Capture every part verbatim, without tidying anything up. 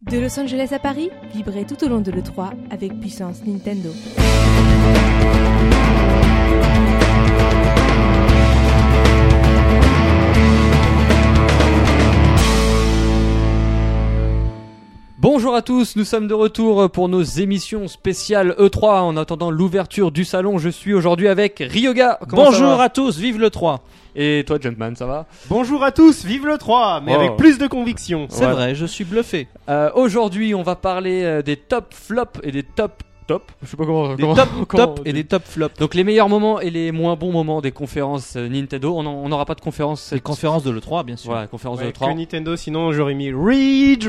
De Los Angeles à Paris, vibrez tout au long de l'E trois avec Puissance Nintendo. Bonjour à tous, nous sommes de retour pour nos émissions spéciales E trois en attendant l'ouverture du salon. Je suis aujourd'hui avec Ryoga. Comment Bonjour à tous, vive l'E trois. Et toi Jumpman, ça va? Bonjour à tous, vive l'E trois, mais oh. avec plus de conviction. C'est ouais. vrai, je suis bluffé. Euh, aujourd'hui, on va parler euh, des top flops et des top top. Je sais pas comment. Des comment, top comment top et des top flops. Donc les meilleurs moments et les moins bons moments des conférences euh, Nintendo. On n'aura pas de conférence. Les cette... conférences de l'E trois, bien sûr. Voilà, conférence Ouais, de l'E trois. que Nintendo, sinon j'aurais mis Ridge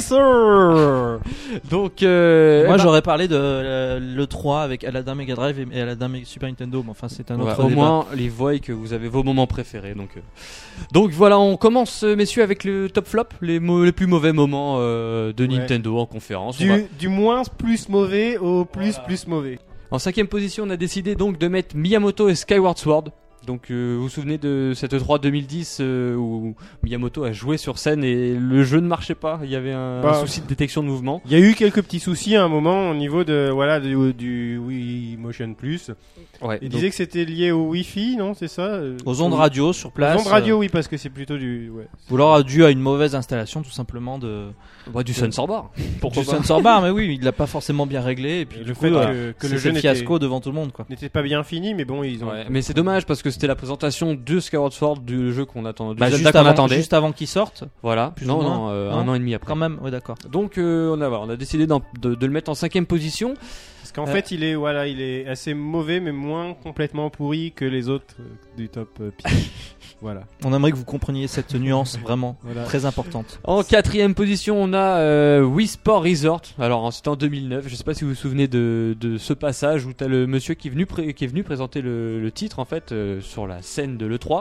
Racer. Donc euh, Moi eh ben, j'aurais parlé de euh, l'E trois avec Aladdin Mega Drive et, et Aladdin Mega Super Nintendo, mais enfin c'est un ouais, autre au débat. moins les voix que vous avez vos moments préférés. Donc, euh... donc voilà, on commence euh, messieurs avec le top flop, les, mo- les plus mauvais moments euh, de Ouais. Nintendo en conférence. On Du, va- du moins plus mauvais au plus plus mauvais. En cinquième position, on a décidé donc de mettre Miyamoto et Skyward Sword. Donc euh, vous vous souvenez de cette E trois deux mille dix euh, où Miyamoto a joué sur scène et le jeu ne marchait pas, il y avait un, Bah, un souci de détection de mouvement. Il y a eu quelques petits soucis à un moment au niveau de voilà du, du Wii Motion Plus. Ouais, Il donc- disait que c'était lié au Wi-Fi, non, c'est ça euh, Aux ondes radio sur place. Aux ondes radio, oui, parce que c'est plutôt du ouais. euh, Ou alors dû à une mauvaise installation tout simplement de bah, du sensor bar. Pourquoi du pas. sensor bar, mais oui, il l'a pas forcément bien réglé et puis Et du le coup, fait euh, que, que le c'est jeu le n'était fiasco devant tout le monde quoi. n'était pas bien fini, mais bon, ils ont. Ouais, mais c'est dommage parce que c'était la présentation de Skyward Sword, du jeu qu'on attend, du Bah, Zelda juste qu'on avant, attendait. juste avant qu'il sorte, Voilà, plus non, ou moins. non, euh, Non. un an et demi après. quand même, ouais d'accord. Donc euh, on a voilà, on a décidé d'en- de, de le mettre en cinquième position. Parce qu'en Euh. fait, il est voilà, il est assez mauvais, mais moins complètement pourri que les autres euh, du top euh, pitch. Voilà. On aimerait que vous compreniez cette nuance vraiment Voilà. très importante. En quatrième position, on a euh, Wii Sport Resort. Alors c'était en deux mille neuf. Je sais pas si vous vous souvenez de, de ce passage où t'as le monsieur qui est venu pré- qui est venu présenter le, le titre en fait euh, sur la scène de l'E trois.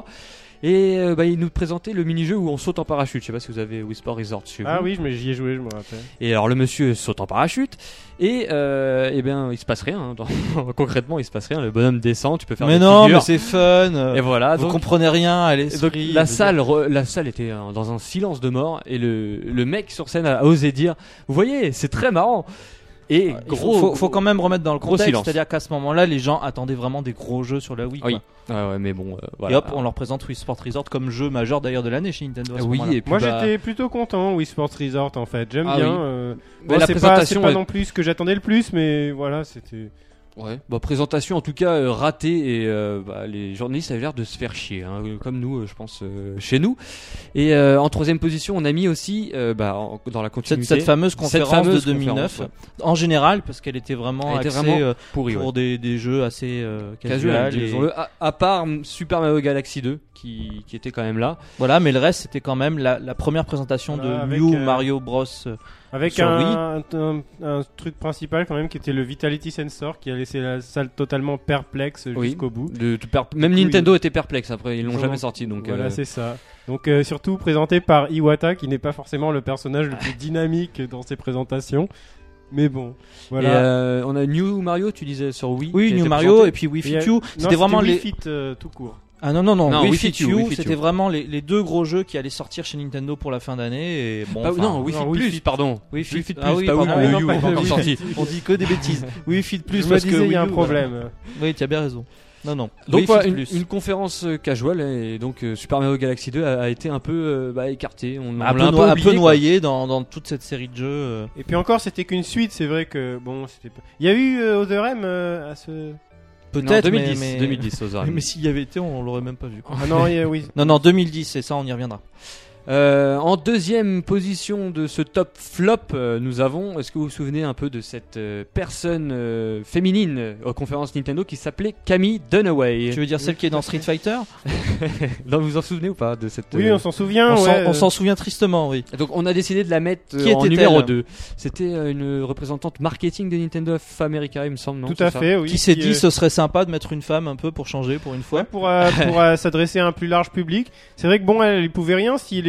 Et euh, bah, il nous présentait le mini-jeu où on saute en parachute. Je sais pas si vous avez Wii Sport Resort chez vous. Ah oui, je me- j'y ai joué, je me rappelle. Et alors le monsieur saute en parachute et euh, eh bien il se passe rien. hein. Dans- Concrètement, il se passe rien. Le bonhomme descend. Tu peux faire Mais des non, figures. mais c'est fun. euh, Et voilà. Vous donc- comprenez rien à Et donc l'esprit. la je veux salle, re- la salle était euh, dans un silence de mort et le, le mec sur scène a osé dire, vous voyez, c'est très marrant. Et dire. Il gros, faut, faut, faut quand même remettre dans le gros contexte, silence. c'est-à-dire qu'à ce moment-là, les gens attendaient vraiment des gros jeux sur la Wii. Oui. quoi. Ouais, ouais, mais bon, euh, voilà. Et hop, on leur présente Wii Sport Resort comme jeu majeur d'ailleurs de l'année chez Nintendo. À ce oui, moment-là. et puis Moi, bah, j'étais plutôt content, Wii Sports Resort, en fait. J'aime Ah bien. oui. euh, Mais bon, la c'est pas, c'est présentation pas est- non plus ce que j'attendais le plus, mais voilà, c'était. ouais, bah, présentation en tout cas euh, ratée et euh, bah, les journalistes avaient l'air de se faire chier, hein, euh, comme nous, euh, je pense, euh, chez nous. Et euh, en troisième position, on a mis aussi, euh, bah, en- dans la cette, continuité, cette fameuse conférence fameuse de deux mille neuf, conférence, en général, parce qu'elle était vraiment Elle était axée vraiment euh, pourri, pour ouais. des, des jeux assez euh, Casual, casual. et- disons-le, à, à part mm, Super Mario Galaxy deux qui, qui était quand même là. Voilà, mais le reste c'était quand même la, la première présentation Voilà, de avec, New euh, Mario Bros. euh, Avec Sur un, un, un truc principal, quand même, qui était le Vitality Sensor, qui a laissé la salle totalement perplexe Oui. jusqu'au bout. De, de per- Même Du coup, Nintendo était perplexe après, ils l'ont Ils ont- jamais sorti donc. Voilà, euh, c'est ça. Donc, euh, surtout présenté par Iwata, qui n'est pas forcément le personnage le plus dynamique dans ses présentations. Mais bon, Et voilà. euh, on a New Mario, tu disais sur Wii. Oui, qui a New été Mario présenté. et puis Wii Il y a- Fit You. Non, C'était vraiment Wii les. Fit euh, tout court. Ah non, non, non, Non, Wii, Wii Fit Fit You, You, Wii Fit c'était You. vraiment les, les deux gros jeux qui allaient sortir chez Nintendo pour la fin d'année. Et bon, Ah, enfin, non, Wii Fit non, Wii Plus, Fit. pardon. Wii Fit, Wii Fit ah Plus, oui, pas Wii, pardon. le Ah, non, U pas n'est pas le encore Wii sorti. Fit. On dit que des bêtises. Wii Fit Plus Je me parce disais, que il y a un Wii U, problème. voilà. Oui, tu as bien raison. Non, non. Donc Wii voilà, Fit une, Plus. une conférence euh, casual et donc euh, Super Mario Galaxy deux a, a été un peu euh, bah, écarté. On, on un, peu l'a un peu, noi- un oublié, peu quoi. noyé dans, dans toute cette série de jeux. euh. Et puis encore, c'était qu'une suite, c'est vrai que bon, c'était pas. Il y a eu euh, Other M euh, à ce. Non, Peut-être, deux mille dix, mais, mais... deux mille dix aux arènes. mais s'il y avait été, on l'aurait même pas vu. quoi. Ah non, il y a- oui. Non, non, deux mille dix, c'est ça, on y reviendra. Euh, en deuxième position de ce top flop, euh, nous avons, est-ce que vous vous souvenez un peu de cette euh, personne euh, féminine euh, aux conférences Nintendo qui s'appelait Camille Dunaway? Tu veux dire celle qui est dans Street Fighter? Non, vous vous en souvenez ou pas de cette Oui, euh, on s'en souvient. On s'en- ouais, on euh, s'en souvient tristement, oui. Donc on a décidé de la mettre euh, Qui en était-elle numéro deux. C'était euh, une représentante marketing de Nintendo of America, il me semble, non? Tout c'est à ça fait, oui. Qui s'est euh, dit ce serait sympa de mettre une femme un peu pour changer pour une fois. Ouais, pour euh, pour euh, s'adresser à un plus large public. C'est vrai que bon, elle, elle pouvait rien si les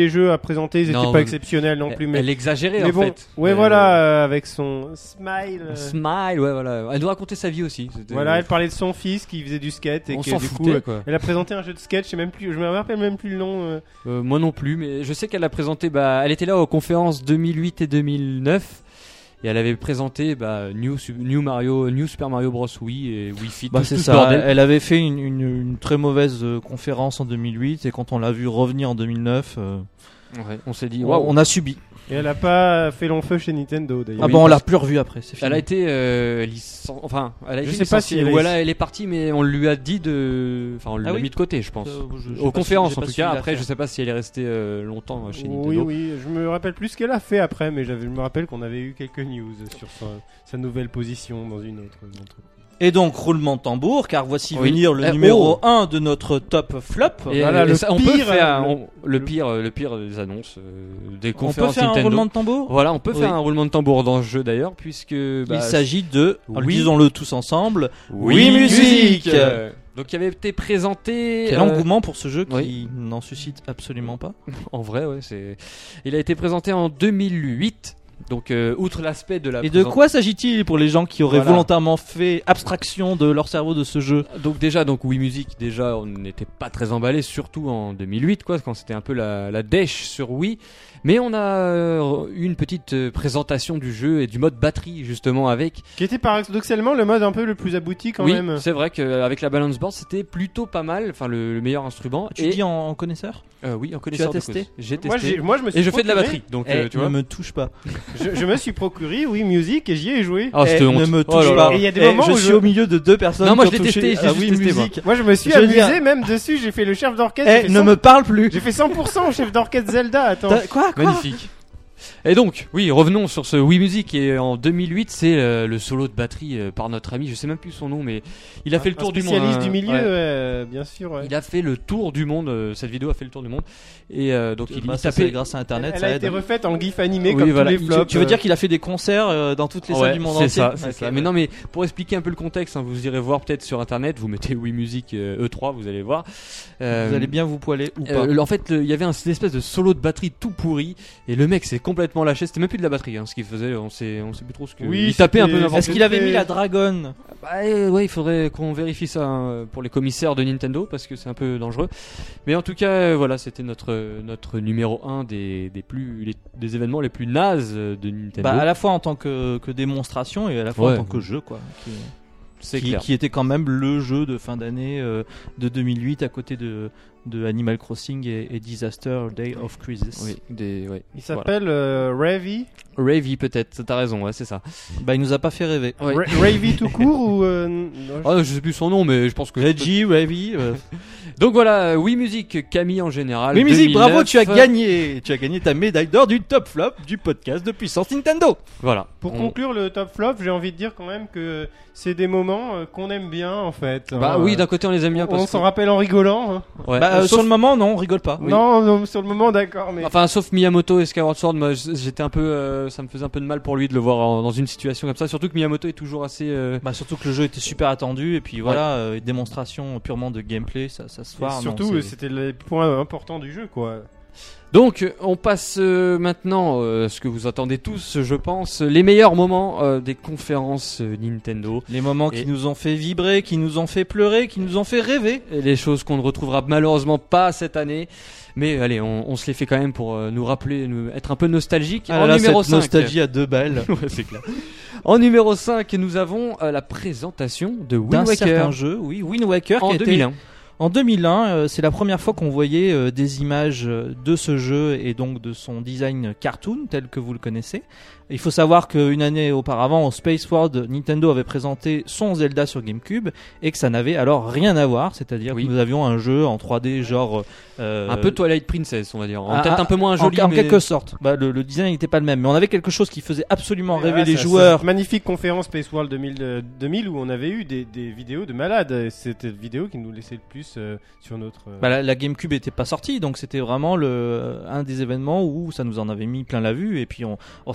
les jeux à présenter, ils Non, étaient pas mais- exceptionnels non plus. Elle, Mais, elle exagérait mais en bon, fait. ouais, Euh, voilà, euh, avec son smile. euh, Smile, ouais, voilà. Elle nous racontait sa vie aussi. C'était- Voilà, elle parlait de son fils qui faisait du skate et On que s'en du coup, foutait, euh, quoi. elle a présenté un jeu de skate. Je sais même plus, je me rappelle même plus le nom. euh. Euh, moi non plus, mais je sais qu'elle a présenté. Bah, elle était là aux conférences deux mille huit et deux mille neuf. Et elle avait présenté bah, New, Su- New Mario, New Super Mario Bros. Wii et Wii Fit. Bah tout- c'est tout ce ça. bordel. Elle avait fait une, une, une très mauvaise euh, conférence en deux mille huit et quand on l'a vu revenir en deux mille neuf, euh, Ouais, on s'est dit, on- waouh. on a subi. Et elle a pas fait long feu chez Nintendo d'ailleurs. Ah oui, bon, on parce l'a plus revu après. C'est fini. Elle a été euh, licen- enfin, elle a Je été sais pas licenciée. si elle a- Ou elle, a- elle est partie, mais on lui a dit de, enfin, on l'a Ah oui mis de côté, je pense. Euh, je- j'ai Aux pas conférences su- en j'ai tout pas cas. suivi Après, je l'affaire. sais pas si elle est restée euh, longtemps chez Nintendo. Oui, oui, je me rappelle plus ce qu'elle a fait après, mais j'avais, je me rappelle qu'on avait eu quelques news sur sa, sa nouvelle position dans une autre entreprise. Et donc roulement de tambour, car voici Oui. venir le Eh, numéro oh. un de notre top flop. Et, Voilà, et le ça, on peut pire, faire le- on- le le- pire, le pire des annonces, euh, des On peut conférences faire un Nintendo. roulement de tambour. Voilà, on peut Oui. faire un roulement de tambour dans ce jeu d'ailleurs, puisque bah, Il s'agit de, Oui. disons-le tous ensemble, Wii Wii Music. Music. Euh, Donc, il avait été présenté. quel euh, engouement pour ce jeu qui oui. n'en suscite absolument pas. En vrai, ouais, c'est. Il a été présenté en deux mille huit. Donc, euh, outre l'aspect de la. Et de présent- quoi s'agit-il pour les gens qui auraient Voilà. volontairement fait abstraction de leur cerveau de ce jeu? Donc déjà, donc Wii Music, déjà, on n'était pas très emballé, surtout en deux mille huit, quoi, quand c'était un peu la, la dèche sur Wii. Mais on a euh, eu une petite euh, présentation du jeu et du mode batterie, justement, avec. Qui était paradoxalement le mode un peu le plus abouti quand oui, même. c'est vrai qu'avec la balance board, c'était plutôt pas mal, enfin le, le meilleur instrument. Tu et dis en, en connaisseur? euh, oui, en connaisseur de testé cause. J'ai testé. Moi, j'ai, moi, je me suis Et je fais de la procuré- batterie, donc Eh, euh, tu vois. ne me touche pas. Je, je me suis procuré Wii Music et j'y ai joué. Ah, Eh, c'était ne honte. me Oh touche là pas. là. Et il y a des Eh, moments je où suis je- au milieu de deux personnes. Non, moi, qui je ont l'ai touché testé, j'ai à juste Wii testé, moi. Music. Moi, je me suis Je amusé viens- même dessus. J'ai fait le chef d'orchestre. j'ai Eh, fait ne cent- me parle plus. J'ai fait cent pour cent au chef d'orchestre Zelda. Attends. T'as- Quoi, quoi? Magnifique. Et donc, oui, revenons sur ce Wii Music. Et en deux mille huit, c'est euh, le solo de batterie euh, par notre ami. Je sais même plus son nom, mais il a fait le Un tour du monde. spécialiste hein. du milieu, Ouais. ouais, euh, bien sûr. ouais. Il a fait le tour du monde. euh, cette vidéo a fait le tour du monde. Et euh, donc, il, Bah, il ça, tapait. c'est grâce à Internet, Elle ça a aide. été refaite en gif animé Oui, comme voilà. tous les Tu, flops. tu veux euh. dire qu'il a fait des concerts euh, dans toutes les salles Ouais, du monde c'est entier? ça, c'est Ok, ça. ouais. Mais non, mais pour expliquer un peu le contexte, hein, vous irez voir peut-être sur internet, vous mettez Wii Music euh, E trois, vous allez voir. Euh, Vous allez bien vous poiler ou pas? euh, en fait, le- il y avait un, une espèce de solo de batterie tout pourri, et le mec s'est complètement lâché. C'était même plus de la batterie, hein, ce qu'il faisait. On sait, on sait plus trop ce que. Oui, il tapait un peu c'était- n'importe Est-ce qu'il avait fait- mis la dragonne? Bah, euh, ouais, il faudrait qu'on vérifie ça hein, pour les commissaires de Nintendo parce que c'est un peu dangereux. Mais en tout cas, euh, voilà, c'était notre notre numéro un des des plus les- des événements les plus nazes euh, de Nintendo. Bah, à la fois en tant que, que démonstration et à la fois Ouais. en tant que jeu, quoi. Qui, c'est qui, clair. qui était quand même le jeu de fin d'année euh, de deux mille huit à côté de, de Animal Crossing et, et Disaster Day of Crisis. Oui, des, ouais. Il s'appelle euh, Ravy. Ravy peut-être. T'as raison, ouais, c'est ça. Bah, il nous a pas fait rêver. Ouais. Ra- Ravy tout court ou euh, non, je- Ah, je sais plus son nom, mais je pense que. Reggie, Ravy. euh. Donc voilà, Wii Music, Camille en général. Oui, musique, deux mille neuf. bravo, tu as gagné. Tu as gagné ta médaille d'or du top flop du podcast de Puissance Nintendo. Voilà. Pour On- conclure le top flop, j'ai envie de dire quand même que c'est des moments euh, qu'on aime bien en fait. Bah hein. oui, d'un côté on les aime bien on parce s'en que. rappelle en rigolant. hein. Ouais. Bah, Euh, euh, sauf- sur le moment, non, on rigole pas. Non, non, sur le moment d'accord, mais Enfin, sauf Miyamoto et Skyward Sword, moi j'étais un peu, euh, ça me faisait un peu de mal pour lui de le voir en- dans une situation comme ça. Surtout que Miyamoto est toujours assez. euh, Bah, surtout que le jeu était super attendu et puis voilà, euh, démonstration purement de gameplay, ça, ça se et voit. non, surtout c'est- euh, c'était les points importants du jeu quoi. Donc, on passe euh, maintenant, euh, ce que vous attendez tous, je pense, les meilleurs moments euh, des conférences euh, Nintendo. les moments Et- qui nous ont fait vibrer, qui nous ont fait pleurer, qui nous ont fait rêver. Et les choses qu'on ne retrouvera malheureusement pas cette année. Mais allez, on, on se les fait quand même pour euh, nous rappeler, nous, être un peu nostalgique. Ah en là là, numéro cette cinq. nostalgie à deux balles Ouais, c'est clair. En numéro cinq, nous avons euh, la présentation de Wind d'un Waker certain jeu, oui, Wind Waker, en qui a deux été- mille un. En deux mille un, euh, c'est la première fois qu'on voyait euh, des images euh, de ce jeu et donc de son design cartoon tel que vous le connaissez. Il faut savoir qu'une année auparavant, au Space World, Nintendo avait présenté son Zelda sur GameCube et que ça n'avait alors rien à voir, c'est-à-dire Oui. que nous avions un jeu en trois D genre... euh, Un peu Twilight Princess, on va dire. En- ah, Peut-être ah, un peu moins en- joli, en, mais... quelque sorte. Bah, le, le design n'était pas le même, mais on avait quelque chose qui faisait absolument rêver Ouais, les ça- joueurs. cette magnifique conférence Space World deux mille, euh, deux mille où on avait eu des, des vidéos de malades. Et c'était une vidéo qui nous laissait le plus euh, sur notre. euh, Bah, la, la GameCube était pas sortie, donc c'était vraiment le, un des événements où ça nous en avait mis plein la vue, et puis on, on s'attendait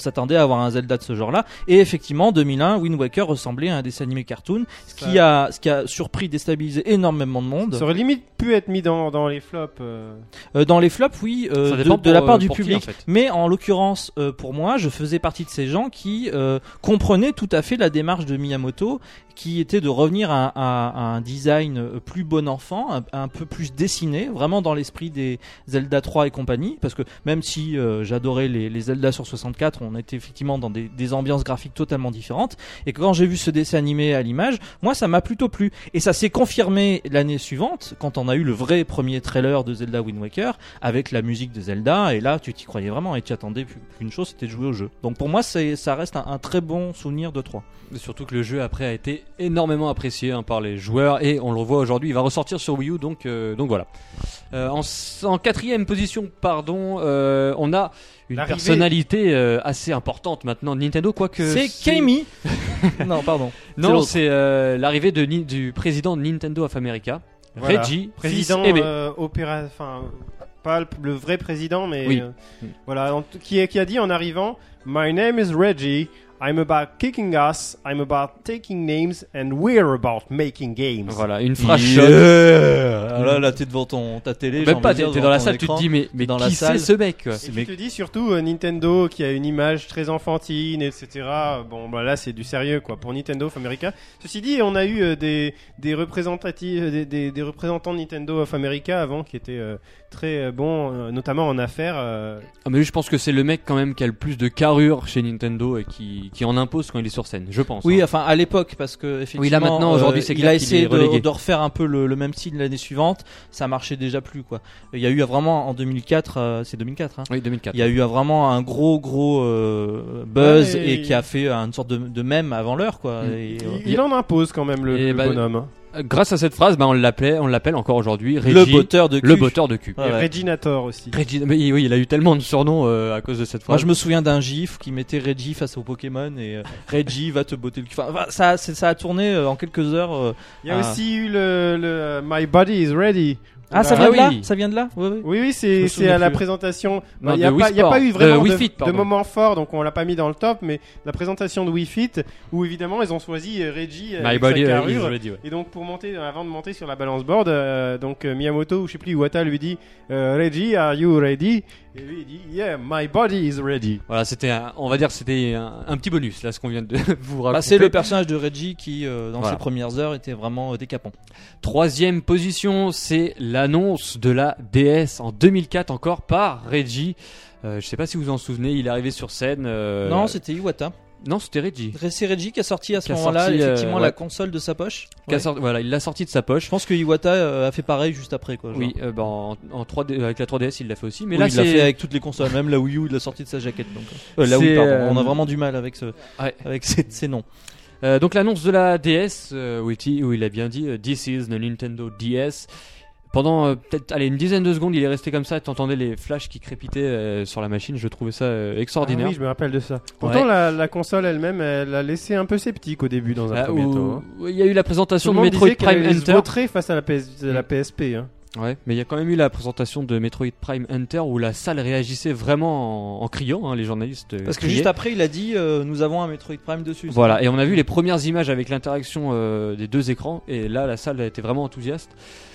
avoir un Zelda de ce genre-là. Et effectivement, en deux mille un, Wind Waker ressemblait à un dessin animé cartoon, ce qui a, ce qui a surpris, déstabilisé énormément de monde. Ça aurait limite pu être mis dans, dans les flops. Euh... Euh, dans les flops, oui, euh, Ça de, dépend de pour, la part euh, du pour qui, public. en fait. Mais en l'occurrence, euh, pour moi, je faisais partie de ces gens qui euh, comprenaient tout à fait la démarche de Miyamoto, qui était de revenir à, à, à un design plus bon enfant, un, un peu plus dessiné, vraiment dans l'esprit des Zelda trois et compagnie, parce que même si euh, j'adorais les, les Zelda sur soixante-quatre, on était effectivement dans des, des ambiances graphiques totalement différentes, et quand j'ai vu ce dessin animé à l'image, moi ça m'a plutôt plu, et ça s'est confirmé l'année suivante, quand on a eu le vrai premier trailer de Zelda Wind Waker, avec la musique de Zelda, et là tu t'y croyais vraiment, et tu attendais qu'une chose, c'était de jouer au jeu. Donc pour moi c'est, ça reste un, un très bon souvenir de trois. Surtout que le jeu après a été énormément apprécié hein, par les joueurs et on le voit aujourd'hui, il va ressortir sur Wii U, donc donc, euh, donc voilà. Euh, en, en quatrième position, pardon, euh, on a une L'arrivée. personnalité euh, assez importante maintenant de Nintendo, quoique. C'est Kami. Non, pardon. Non, C'est c'est euh, l'arrivée de, du président de Nintendo of America, Voilà. Reggie, Président fils aimé. euh, opéra... enfin, pas le, le vrai président, mais Oui. euh, voilà, en- qui, qui a dit en arrivant, My name is Reggie. I'm about kicking ass. I'm about taking names, and we're about making games. Voilà, une phrase choc. Yeah. Ah là, là, t'es devant ton, ta télé. j'ai Même pas, envie de t'es dire, t'es dans la ton salle, tu te écran. dis, mais, mais dans la qui salle. c'est ce mec quoi. Et Mais- tu te dis surtout euh, Nintendo qui a une image très enfantine, et cetera. Bon, bah là c'est du sérieux quoi pour Nintendo of America. Ceci dit, on a eu euh, des des représentatifs, des, des, des représentants de Nintendo of America avant qui étaient euh, très euh, bons, euh, notamment en affaires. euh, Ah, mais lui, je pense que c'est le mec quand même qui a le plus de carrure chez Nintendo et qui, qui en impose quand il est sur scène, je pense. Oui, hein. enfin à l'époque, parce que effectivement, Oui, là, maintenant, aujourd'hui, c'est il clair a qu'il essayé est de, relégué. de refaire un peu le, le même style l'année suivante. Ça marchait déjà plus quoi. Il y a eu vraiment en deux mille quatre, euh, c'est deux mille quatre. Hein. Oui, deux mille quatre. Il y a eu vraiment un gros gros euh, buzz Ouais, et- et qui a fait une sorte de, de mème avant l'heure quoi. Mm. Et, il, euh, il en impose quand même le, Et le bah, bonhomme. hein. Euh, Grâce à cette phrase, bah, on l'appelait, on l'appelle encore aujourd'hui le Reggie, botteur de cul. le botteur de cul. Ouais, Et ouais. Reginator aussi. Reggie, mais oui, il a eu tellement de surnoms euh, à cause de cette Moi, phrase. je me souviens d'un gif qui mettait Reggie face au Pokémon et euh, Reggie va te botter le cul. Enfin, enfin, ça, c'est- ça a tourné euh, en quelques heures. euh. Il y a Ah. aussi eu le, le euh, My Body is Ready. Ah, ça Ah vient de oui. là Ça vient de là Oui, oui. Oui, oui, Je c'est me c'est souviens à la plus. présentation. Non, Il n'y a, de pas- Wii y a pas Sport. eu vraiment De Wii de, Fit, de pardon. moment fort, donc on l'a pas mis dans le top, mais la présentation de Wii Fit, où évidemment ils ont choisi euh, Reggie My avec body sa uh, is carrure. ready, ouais. Et donc pour monter, avant de monter sur la balance board, euh, donc euh, Miyamoto ou je sais plus Iwata lui dit euh, Reggie, are you ready? Et lui il dit Yeah, my body is ready. Voilà, c'était, un- on va dire, que c'était un, un petit bonus là, ce qu'on vient de vous raconter. Bah, c'est le personnage de Reggie qui, euh, dans Voilà. ses premières heures, était vraiment euh, décapant. Troisième position, c'est l'annonce de la D S en deux mille quatre encore par Reggie. Euh, je sais pas si vous vous en souvenez, il est arrivé sur scène. euh, Non, c'était Iwata. non, c'était Reggie. C'est Reggie qui a sorti à ce Qui a moment-là, sorti, euh, effectivement, ouais. la console de sa poche. Qui a Ouais. sorti- voilà, il l'a sorti de sa poche. Je pense que Iwata euh, a fait pareil juste après. Quoi, genre. Oui, euh, bah, en, en trois D, avec la trois D S, il l'a fait aussi. Mais Oui, là, il l'a c'est fait avec toutes les consoles, même la Wii U, il l'a sorti de sa jaquette. Donc. Euh, la Wii, C'est, pardon. euh, On a vraiment du mal avec, ce, Ouais. avec ces, ces noms. Euh, donc l'annonce de la D S, euh, où, il, où il a bien dit euh, This is the Nintendo D S. Pendant euh, peut-être allez, une dizaine de secondes, il est resté comme ça, et t'entendais les flashs qui crépitaient euh, sur la machine. Je trouvais ça euh, extraordinaire. Ah oui, je me rappelle de ça. Pourtant Ouais. la, la console elle-même, elle a laissé un peu sceptique au début dans un Ah, premier où- temps. hein. où il y a eu la Tout présentation le de monde Metroid disait qu'elle Prime allait se Hunter. vautrer face à la, P S, la P S P. Hein. Ouais, mais il y a quand même eu la présentation de Metroid Prime Hunter où la salle réagissait vraiment en, en criant, hein, les journalistes. euh, Parce que criaient. juste après, il a dit euh, nous avons un Metroid Prime dessus. Voilà, et on a vu les premières images avec l'interaction euh, des deux écrans, et là la salle a été vraiment enthousiaste.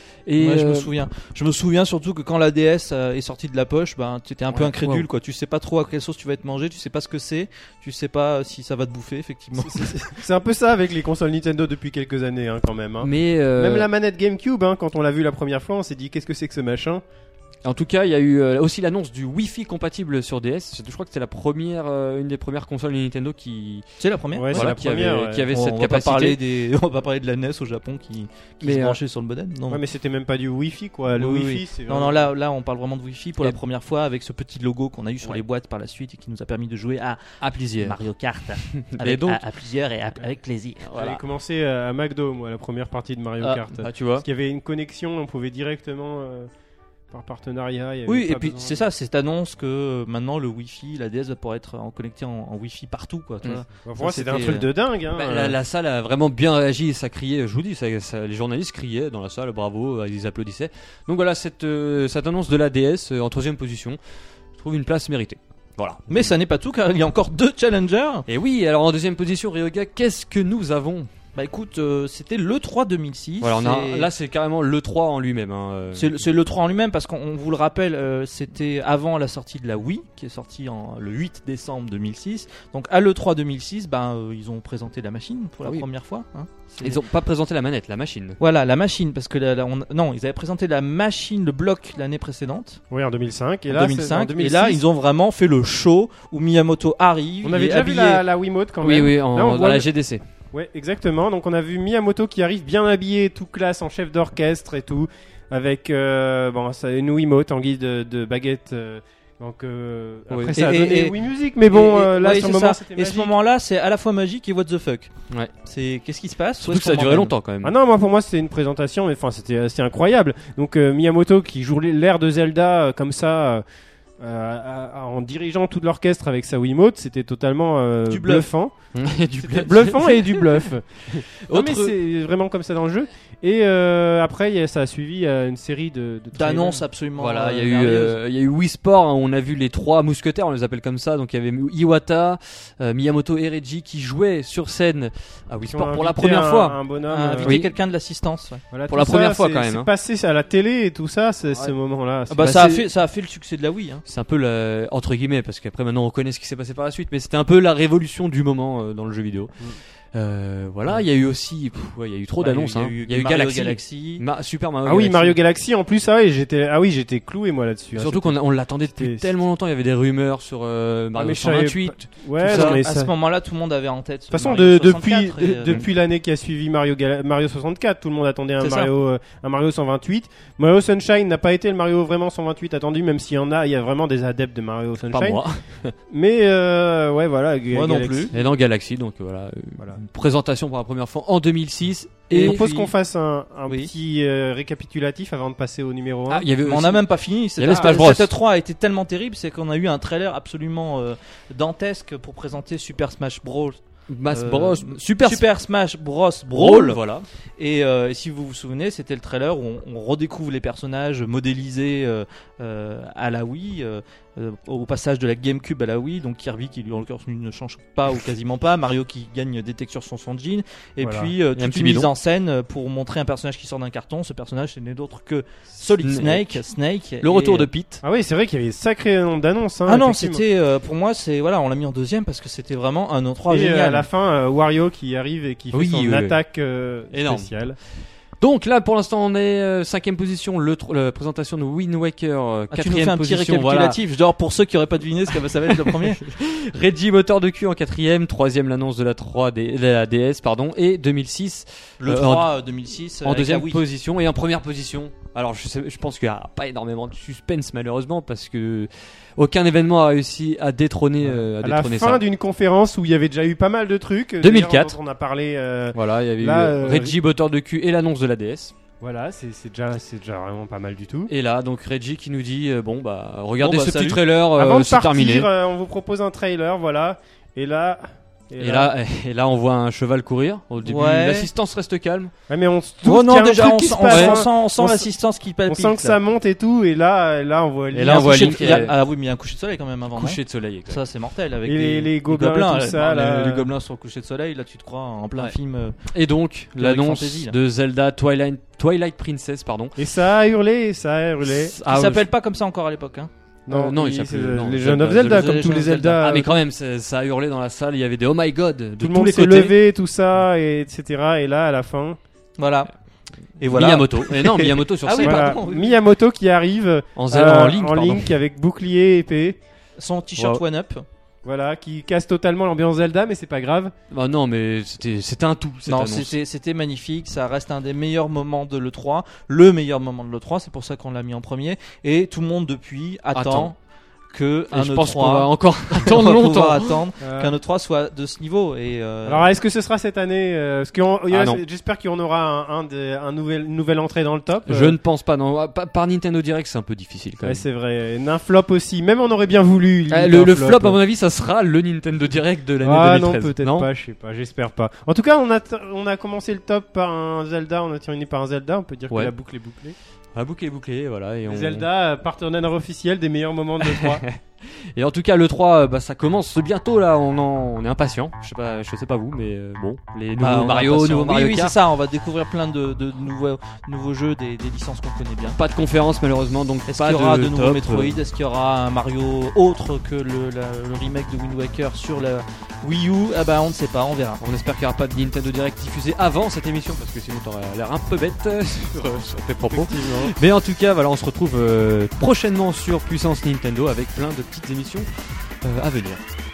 Et Ouais, je me euh, souviens. Je me souviens surtout que quand la D S euh, est sortie de la poche, ben tu étais un peu Ouais, incrédule wow. quoi. Tu sais pas trop à quelle sauce tu vas être mangé, tu sais pas ce que c'est, tu sais pas si ça va te bouffer effectivement. C'est un peu ça avec les consoles Nintendo depuis quelques années hein, quand même. Hein. mais euh, Même la manette GameCube, hein, quand on l'a vu la première fois, on s'est dit qu'est-ce que c'est que ce machin. en tout cas, il y a eu euh, aussi l'annonce du Wi-Fi compatible sur D S. Je crois que c'était la première, euh, une des premières consoles de Nintendo qui, C'est la première. Ouais, c'est voilà, la qui première. avait, ouais. qui avait On, cette on va pas capacité. parler des, on va pas parler de la N E S au Japon qui, qui Mais, se euh, branchait sur le modem. Non. Ouais, mais c'était même pas du Wi-Fi quoi. Le Oui, Wi-Fi, oui. c'est Non, vraiment- non, là, là, on parle vraiment de Wi-Fi pour Et- la première fois avec ce petit logo qu'on a eu sur Ouais. les boîtes par la suite et qui nous a permis de jouer à à plaisir. Mario Kart Et avec, donc- à, à plusieurs et à- avec plaisir. J'avais Voilà. commencé à McDo, moi, la première partie de Mario Ah, Kart. Ah, tu vois. Parce qu'il y avait une connexion, on pouvait directement euh, par partenariat. il y avait Oui, pas et puis besoin- c'est ça, c'est cette annonce que euh, maintenant le Wi-Fi, la D S va pouvoir être en connecté en, en Wi-Fi partout, quoi. tu Mm. vois. Bah, pour Ça, moi, c'était un c'était, truc de dingue. Hein. Bah, la, la salle a vraiment bien réagi, ça criait, je vous dis, ça, ça- les journalistes criaient dans la salle, bravo, euh, ils applaudissaient. Donc voilà, cette, euh, cette annonce de la D S euh, en troisième position, je trouve une place méritée. Voilà. Mais ça n'est pas tout car il y a encore deux challengers. Et oui, alors en deuxième position, Ryoga, qu'est-ce que nous avons? Bah écoute, euh, c'était l'E trois deux mille six. Voilà, on a, et- là c'est carrément l'E trois en lui-même. Hein. euh. C'est le- c'est l'E trois en lui-même parce qu'on on vous le rappelle, euh, c'était avant la sortie de la Wii qui est sortie en, le huit décembre deux mille six. Donc à l'E trois deux mille six, ben, euh, ils ont présenté la machine pour la Ah oui. première fois. Hein. C'est- Ils ont pas présenté la manette, la machine. Voilà, la machine, parce que la- la- on- non, ils avaient présenté la machine, le bloc l'année précédente, Oui, en deux mille cinq. Et en là, deux mille cinq, c'est- en deux mille et là six, ils ont vraiment fait le show où Miyamoto arrive. on il avait est déjà vu habillé- la, la Wiimote quand Oui, même. oui, en, Là, on dans voit la le- G D C. Ouais, exactement. Donc on a vu Miyamoto qui arrive bien habillé, tout classe, en chef d'orchestre et tout, avec euh, bon, ça, une Wiimote en guise de, de baguette. euh, donc euh, Oui. après ça a Et- donné et- Wii Music, mais bon, Et- et- euh, là ouais, sur c'est le moment ça. c'était Et magique. ce moment-là, c'est à la fois magique et what the fuck. Ouais. C'est qu'est-ce qui se passe? Surtout que ça a duré longtemps quand même. Ah non, moi pour moi c'était une présentation, mais enfin c'était assez incroyable. Donc euh, Miyamoto qui joue l'air de Zelda euh, comme ça. euh, euh, à- à- en dirigeant tout l'orchestre avec sa Wiimote, c'était totalement euh, Du bluff. bluffant. du C'était bluffant et du bluff. Non, Autre- mais c'est vraiment comme ça dans le jeu. Et euh, après, il y a- ça a suivi euh, une série de, de D'annonces trailers. absolument. Voilà, il y a euh, eu, merveilleuses. euh, il y a eu Wii Sport, hein, on a vu les trois mousquetaires, on les appelle comme ça. Donc il y avait Iwata, euh, Miyamoto et Reggie qui jouaient sur scène à Wii Ils ont Sport pour la invité première un- fois. Un bonhomme. Ah, euh, inviter oui. quelqu'un de l'assistance. ouais. voilà, pour tout la première ça, fois, c'est- quand même, C'est hein. passé à la télé et tout ça, c'est- Ouais. ce moment-là. Ah C'est- bah, Bah, ça, a c'est- fait, ça a fait le succès de la Wii. Hein. C'est un peu la, entre guillemets, parce qu'après maintenant on connaît ce qui s'est passé par la suite, mais c'était un peu la révolution du moment euh, dans le jeu vidéo. Mm. Euh, voilà, il y a eu aussi, pff, ouais, il y a eu trop Bah, d'annonces. hein. Il y a eu Mario Galaxy, Galaxy. Ma- Super Mario Ah oui, Galaxy. Mario Galaxy en plus, ah oui, j'étais, ah oui, j'étais cloué moi là-dessus. hein. Surtout qu'on a- on l'attendait depuis C'était- tellement longtemps. Il y avait des rumeurs sur euh, Ah, Mario mais je savais cent vingt-huit. Ouais, tout ça. non, mais à ça- ce moment-là, tout le monde avait en tête. De toute façon, Mario de- depuis, soixante-quatre et, de- euh, depuis l'année qui a suivi Mario, Gala- Mario soixante-quatre, tout le monde attendait un C'est ça. Mario, euh, un Mario cent vingt-huit. Mario Sunshine n'a pas été le Mario vraiment cent vingt-huit attendu, même s'il y en a, il y a vraiment des adeptes de Mario Sunshine. Pas moi. Mais euh, ouais, voilà. Ga- Moi non Galaxy. plus. Et dans Galaxy, donc euh, voilà, euh, Voilà. une présentation pour la première fois en deux mille six. Et Et je propose puis- qu'on fasse un, un Oui. petit euh, récapitulatif avant de passer au numéro un. ah, il y avait Mais on aussi- n'a même pas fini. Il y avait Smash Cette- Bros. Cette E trois a été tellement terrible, c'est qu'on a eu un trailer absolument euh, dantesque pour présenter Super Smash Bros. Smash Euh, Bros. Super, Super Smash Bros. Brawl, Brawl. voilà. Et euh, si vous vous souvenez, c'était le trailer où on, on redécouvre les personnages modélisés euh, euh, à la Wii, euh, euh, au passage de la GameCube à la Wii. Donc Kirby qui lui en l'occurrence ne change pas ou quasiment pas, Mario qui gagne des textures sur son jean, et Voilà. puis euh, Et un toute petit une bidon. mise en scène pour montrer un personnage qui sort d'un carton. Ce personnage, ce n'est d'autre que Solid Snake. Snake. Le Et, retour de euh, Pete. Ah oui, c'est vrai qu'il y avait sacré nombre d'annonces. Hein, Ah non, effectivement. c'était euh, pour moi, c'est voilà, on l'a mis en deuxième parce que c'était vraiment un E trois Et euh, génial. à la fin, euh, Wario qui arrive et qui fait Oui, son oui, oui. attaque euh, Énorme. spéciale. Donc là, pour l'instant, on est euh, cinquième position. Le tr- la présentation de Wind Waker, euh, Ah, tu nous fais quatrième un petit position. Voilà. récapitulatif, genre pour ceux qui auraient pas deviné ce que ça va être le premier. Reggie moteur de cul en quatrième, troisième l'annonce de la trois D, de la D S, pardon, et deux mille six Le euh, trois deux mille six. en avec deuxième la Wii. position et en première position. Alors je, sais, je pense qu'il n'y a pas énormément de suspense malheureusement parce que aucun événement a réussi à détrôner, euh, à À la détrôner fin ça. d'une conférence où il y a déjà eu pas mal de trucs. euh, deux mille quatre. d'ailleurs, dont on a parlé. euh, Voilà, il y avait Là, eu euh, Reggie moteur de cul et l'annonce de la D S. Voilà, c'est c'est déjà, c'est déjà vraiment pas mal du tout. Et là, donc Reggie qui nous dit euh, bon bah regardez Bon, bah, ce salut. petit trailer, euh, Avant de c'est terminé. partir, euh, on vous propose un trailer, voilà. Et là. Et là, et là, on voit un cheval courir. Au début, Ouais. l'assistance reste calme. Ouais, mais on se Oh doute non, qu'il y a un déjà truc on, qui sent- se on, passe, sent- hein. on sent, on sent On l'assistance qui On palpite. sent que ça monte et tout, et là, là, on voit Et les, là, on voit coucher Link de- il y a- qui est- Ah oui, mais il y a un coucher de soleil quand même avant. Coucher de soleil. non exact. Ça c'est mortel avec Et les- les les gobelins, tout là, ça, les- là. les gobelins sur le coucher de soleil. Là, tu te crois en plein Ouais. film. euh, Et donc, Avec l'annonce Fantasy, là. de Zelda Twilight, Twilight Princess, pardon. Et ça a hurlé, ça a hurlé. Ah, qui ouais, s'appelle pas comme ça encore à l'époque. Hein. Euh, non, il c'est s'appelle- non, les Zelda, jeunes of Zelda, Zelda, comme tous les Zelda. Zelda. Ah mais quand même, ça, ça a hurlé dans la salle. Il y avait des oh my god de tout le tous monde les s'est côtés. levé, tout ça, et etc. Et là, à la fin, Voilà. Et voilà. Miyamoto. Et non, Miyamoto sur Ah oui, scène. voilà, pardon, oui. Miyamoto qui arrive En Zelda, euh, en Link, pardon. Link avec bouclier, épée. Son t-shirt Wow. One Up. Voilà, qui casse totalement l'ambiance Zelda, mais c'est pas grave. Bah non, mais c'était c'était un tout. Cette Non, annonce. c'était c'était magnifique. Ça reste un des meilleurs moments de l'E trois, le meilleur moment de l'E trois. C'est pour ça qu'on l'a mis en premier. Et tout le monde depuis attend, Attend. que Et un je E pense qu'on trois va encore on attendre va longtemps. pouvoir attendre Euh, qu'un E trois soit de ce niveau. Et euh, Alors, est-ce que ce sera cette année euh, Parce que on- il y a- Ah, non. j'espère qu'il y en aura un, un, de- un nouvel, une nouvelle entrée dans le top. Je Euh, ne pense pas. Non, Ah, par, par Nintendo Direct, c'est un peu difficile quand ouais, même. c'est vrai. Un flop aussi. Même on aurait bien voulu. Euh, limite le, un le flop, à mon avis, ça sera le Nintendo Direct de l'année Ah deux non, mille treize. peut-être pas, je sais pas, j'espère pas. En tout cas, on a, t- on a commencé le top par un Zelda, on a terminé par un Zelda, on peut dire Ouais. que la boucle est bouclée. Ah, bouclé, bouclé, voilà. Et on... Zelda, euh, partenaire officiel des meilleurs moments de l'E trois. Et en tout cas, le trois, euh, bah, ça commence bientôt là. On, en, on est impatient. Je sais pas, je sais pas vous, mais euh, bon, les nouveaux Bah, on est Mario, impatient. nouveaux oui, Mario oui, c'est Kart. ça. On va découvrir plein de, de nouveaux, nouveaux jeux, des, des licences qu'on connaît bien. Pas de conférence malheureusement, donc Est-ce pas qu'il y aura de, de, nouveaux top, Metroid? euh, Est-ce qu'il y aura un Mario autre que le, la- le remake de Wind Waker sur la Wii U? Ah bah on ne sait pas, on verra. On espère qu'il n'y aura pas de Nintendo Direct diffusé avant cette émission parce que sinon t'aurais l'air un peu bête euh, sur, euh, sur tes propos. Mais en tout cas, voilà, on se retrouve euh, prochainement sur Puissance Nintendo avec plein de petites émissions euh, à venir.